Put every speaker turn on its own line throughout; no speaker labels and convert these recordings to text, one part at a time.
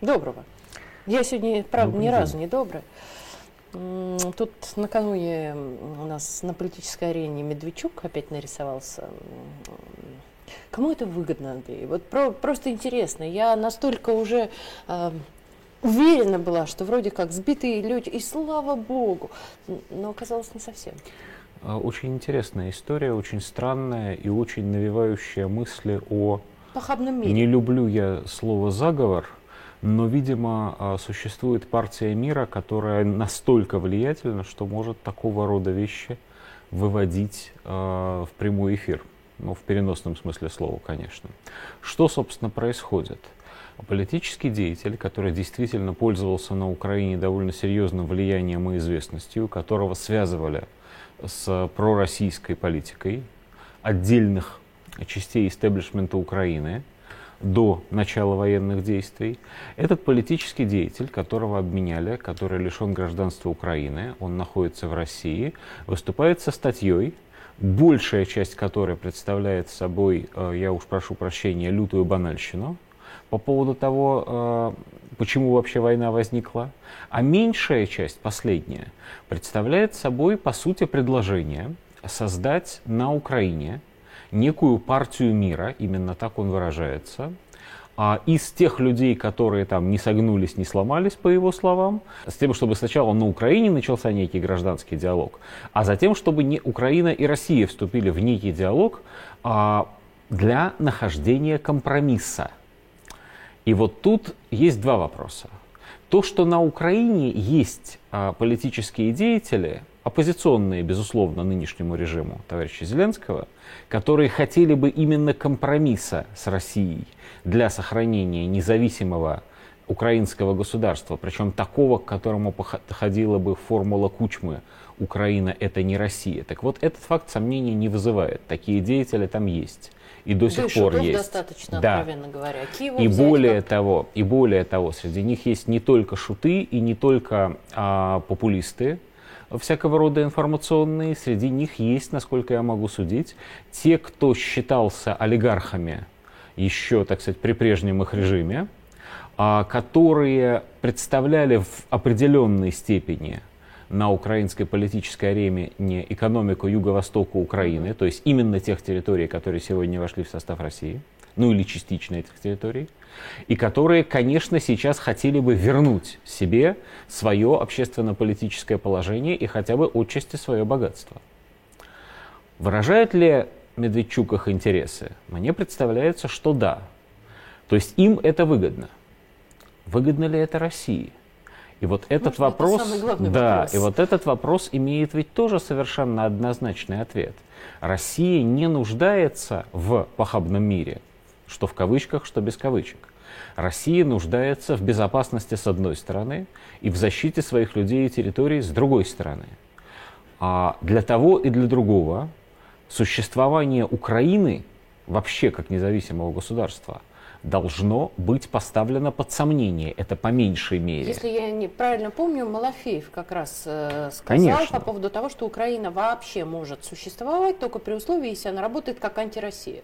Доброго. Я сегодня, правда,
Добрый
ни
день.
разу не добрая. Тут накануне у нас на политической арене Медведчук опять нарисовался. Кому это выгодно, Андрей? Вот просто интересно. Я настолько уже уверена была, что вроде как сбитые люди, и слава богу, но оказалось не совсем.
Очень интересная история, очень странная и очень навевающая мысли о...
Похабном мире.
Не люблю я слово «заговор», но, видимо, существует партия мира, которая настолько влиятельна, что может такого рода вещи выводить в прямой эфир. Ну, в переносном смысле слова, конечно. Что, собственно, происходит? Политический деятель, который действительно пользовался на Украине довольно серьезным влиянием и известностью, которого связывали с пророссийской политикой отдельных частей истеблишмента Украины до начала военных действий. Этот политический деятель, которого обменяли, который лишен гражданства Украины, он находится в России, выступает со статьей, большая часть которой представляет собой, я уж прошу прощения, лютую банальщину по поводу того, почему вообще война возникла, а меньшая часть, последняя, представляет собой, по сути, предложение создать на Украине некую партию мира, именно так он выражается, из тех людей, которые там не согнулись, не сломались, по его словам, с тем, чтобы сначала на Украине начался некий гражданский диалог, а затем, чтобы не Украина и Россия вступили в некий диалог для нахождения компромисса. И вот тут есть два вопроса. То, что на Украине есть политические деятели, оппозиционные, безусловно, нынешнему режиму товарища Зеленского, которые хотели бы именно компромисса с Россией для сохранения независимого украинского государства, причем такого, к которому подходила бы формула Кучмы «Украина – это не Россия». Так вот, этот факт сомнений не вызывает. Такие деятели там есть. И до сих пор есть.
Достаточно,
да.
Откровенно говоря. Киеву
И более того, среди них есть не только шуты и не только популисты, всякого рода информационные, среди них есть, насколько я могу судить, те, кто считался олигархами еще, так сказать, при прежнем их режиме, которые представляли в определенной степени на украинской политической арене не экономику юго-востока Украины, то есть именно тех территорий, которые сегодня вошли в состав России, ну или частично этих территорий, и которые, конечно, сейчас хотели бы вернуть себе свое общественно-политическое положение и хотя бы отчасти свое богатство. Выражает ли Медведчук их интересы? Мне представляется, что да. То есть им это выгодно. Выгодно ли это России? И вот этот вопрос, вопрос. И вот этот вопрос имеет ведь тоже совершенно однозначный ответ. Россия не нуждается в похабном мире, что в кавычках, что без кавычек. Россия нуждается в безопасности с одной стороны и в защите своих людей и территорий с другой стороны. А для того и для другого существование Украины вообще как независимого государства должно быть поставлено под сомнение. Это по меньшей мере.
Если я неправильно помню, Малафеев как раз сказал
Конечно.
по поводу того, что Украина вообще может существовать только при условии, если она работает как антироссия.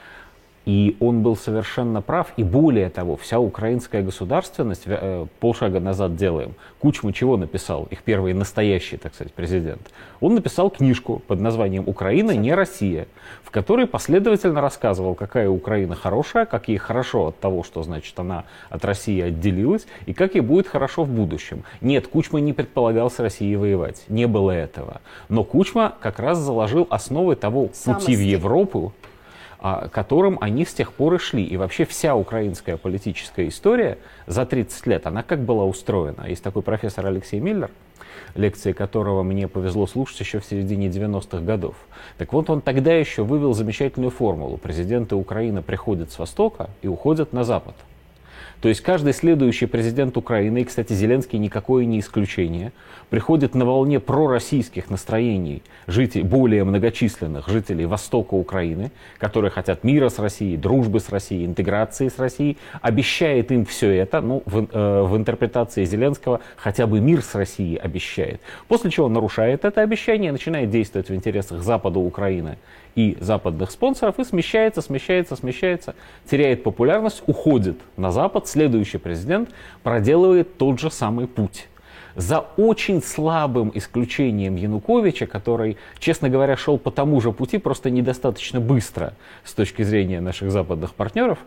И он был совершенно прав. И более того, вся украинская государственность, полшага назад делаем, Кучма чего написал, их первый настоящий, так сказать, президент? Он написал книжку под названием «Украина не Россия», в которой последовательно рассказывал, какая Украина хорошая, как ей хорошо от того, что, значит, она от России отделилась, и как ей будет хорошо в будущем. Нет, Кучма не предполагал с Россией воевать, не было этого. Но Кучма как раз заложил основы того пути в Европу, которым они с тех пор и шли. И вообще вся украинская политическая история за 30 лет, она как была устроена. Есть такой профессор Алексей Миллер, лекции которого мне повезло слушать еще в середине 90-х годов. Так вот, он тогда еще вывел замечательную формулу. Президенты Украины приходят с востока и уходят на запад. То есть каждый следующий президент Украины, и, кстати, Зеленский никакое не исключение, приходит на волне пророссийских настроений более многочисленных жителей востока Украины, которые хотят мира с Россией, дружбы с Россией, интеграции с Россией, обещает им все это, ну, в интерпретации Зеленского хотя бы мир с Россией обещает. После чего он нарушает это обещание, начинает действовать в интересах Запада Украины и западных спонсоров и смещается, теряет популярность, уходит на Запад. Следующий президент проделывает тот же самый путь. За очень слабым исключением Януковича, который, честно говоря, шел по тому же пути, просто недостаточно быстро с точки зрения наших западных партнеров,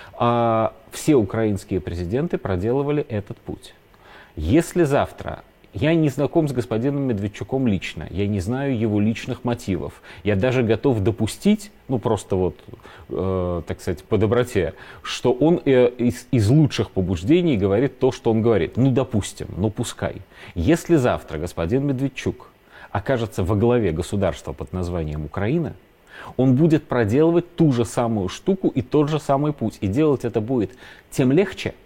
все украинские президенты проделывали этот путь. Если завтра... Я не знаком с господином Медведчуком лично, я не знаю его личных мотивов. Я даже готов допустить, просто вот, так сказать, по доброте, что он из лучших побуждений говорит то, что он говорит. Допустим, пускай. Если завтра господин Медведчук окажется во главе государства под названием Украина, он будет проделывать ту же самую штуку и тот же самый путь. И делать это будет тем легче,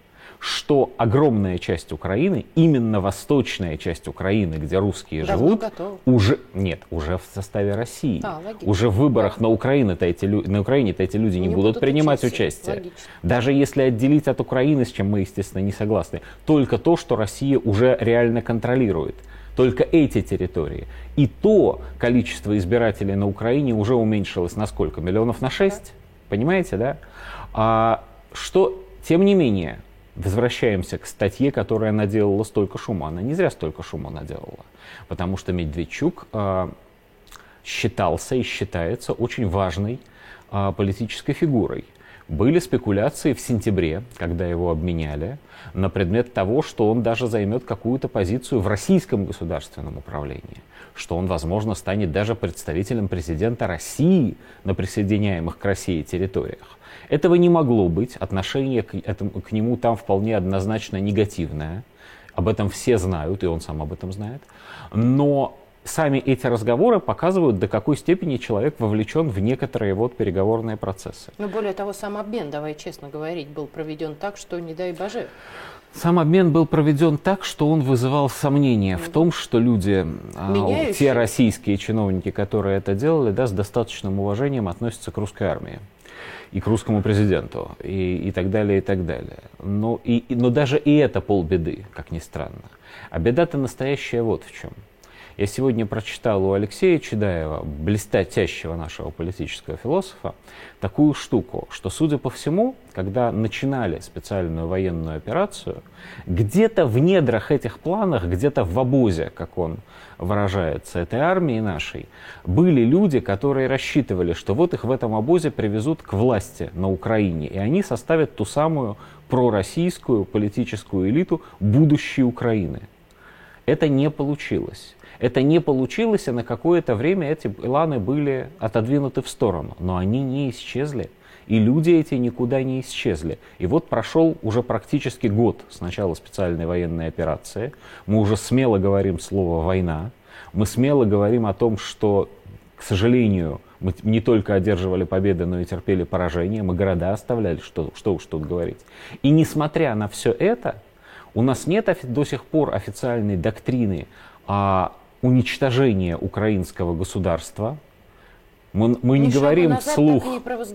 что огромная часть Украины, именно восточная часть Украины, где русские живут, уже в составе России. Уже в выборах на Украине-то эти люди не будут принимать участие. Логично. Даже если отделить от Украины, с чем мы, естественно, не согласны, только то, что Россия уже реально контролирует. Только эти территории. И то количество избирателей на Украине уже уменьшилось на сколько? Миллионов на 6? Понимаете, да? Тем не менее, возвращаемся к статье, которая наделала столько шума. Она не зря столько шума наделала. Потому что Медведчук считался и считается очень важной политической фигурой. Были спекуляции в сентябре, когда его обменяли, на предмет того, что он даже займет какую-то позицию в российском государственном управлении, что он, возможно, станет даже представителем президента России на присоединяемых к России территориях. Этого не могло быть, отношение к нему там вполне однозначно негативное. Об этом все знают, и он сам об этом знает. Но сами эти разговоры показывают, до какой степени человек вовлечен в некоторые переговорные процессы.
Но более того, сам обмен, давай честно говорить, был проведен так, что не дай боже.
Сам обмен был проведен так, что он вызывал сомнения в том, что люди, те российские чиновники, которые это делали, с достаточным уважением относятся к русской армии и к русскому президенту, и так далее, и так далее. Но даже и это полбеды, как ни странно. А беда-то настоящая вот в чем. Я сегодня прочитал у Алексея Чедаева, блестящего нашего политического философа, такую штуку, что, судя по всему, когда начинали специальную военную операцию, где-то в недрах этих планов, где-то в обозе, как он выражается, этой армии нашей, были люди, которые рассчитывали, что вот их в этом обозе привезут к власти на Украине, и они составят ту самую пророссийскую политическую элиту будущей Украины. Это не получилось. Это не получилось, и на какое-то время эти планы были отодвинуты в сторону. Но они не исчезли, и люди эти никуда не исчезли. И вот прошел уже практически год с начала специальной военной операции. Мы уже смело говорим слово «война». Мы смело говорим о том, что, к сожалению, мы не только одерживали победы, но и терпели поражение. Мы города оставляли, что уж тут говорить. И несмотря на все это, у нас нет до сих пор официальной доктрины уничтожения украинского государства. Мы не говорим вслух,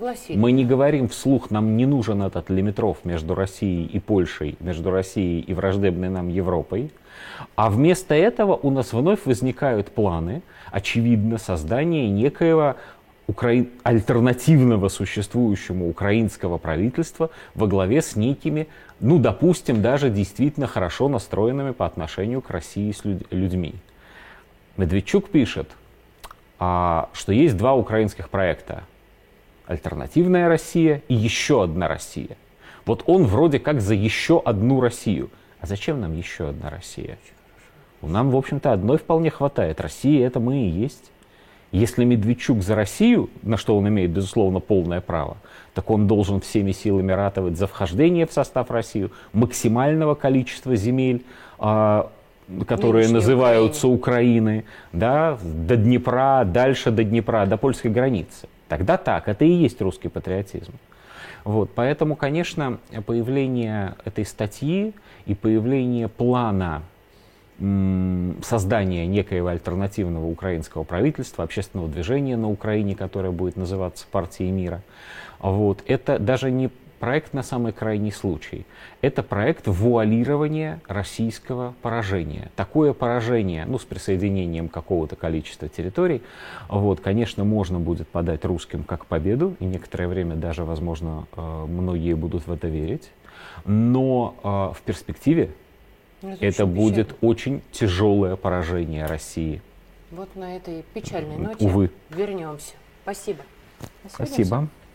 нам не нужен этот лимитров между Россией и Польшей, между Россией и враждебной нам Европой. А вместо этого у нас вновь возникают планы, очевидно, создания некоего альтернативного существующему украинского правительства во главе с некими, допустим, даже действительно хорошо настроенными по отношению к России с людьми. Медведчук пишет, что есть два украинских проекта. Альтернативная Россия и еще одна Россия. Вот он вроде как за еще одну Россию. А зачем нам еще одна Россия? Нам, в общем-то, одной вполне хватает. Россия — это мы и есть. Если Медведчук за Россию, на что он имеет, безусловно, полное право, так он должен всеми силами ратовать за вхождение в состав России максимального количества земель, которые называются Украиной, до Днепра, дальше до Днепра, до польской границы. Тогда так, это и есть русский патриотизм. Поэтому, конечно, появление этой статьи и появление плана создания некоего альтернативного украинского правительства, общественного движения на Украине, которое будет называться «Партией мира», это даже не проект на самый крайний случай. Это проект вуалирования российского поражения. Такое поражение, ну, с присоединением какого-то количества территорий, вот, конечно, можно будет подать русским как победу, и некоторое время даже, возможно, многие будут в это верить. Но в перспективе это будет очень тяжелое поражение России.
Вот на этой печальной ноте
Увы.
вернемся. Спасибо.
Спасибо.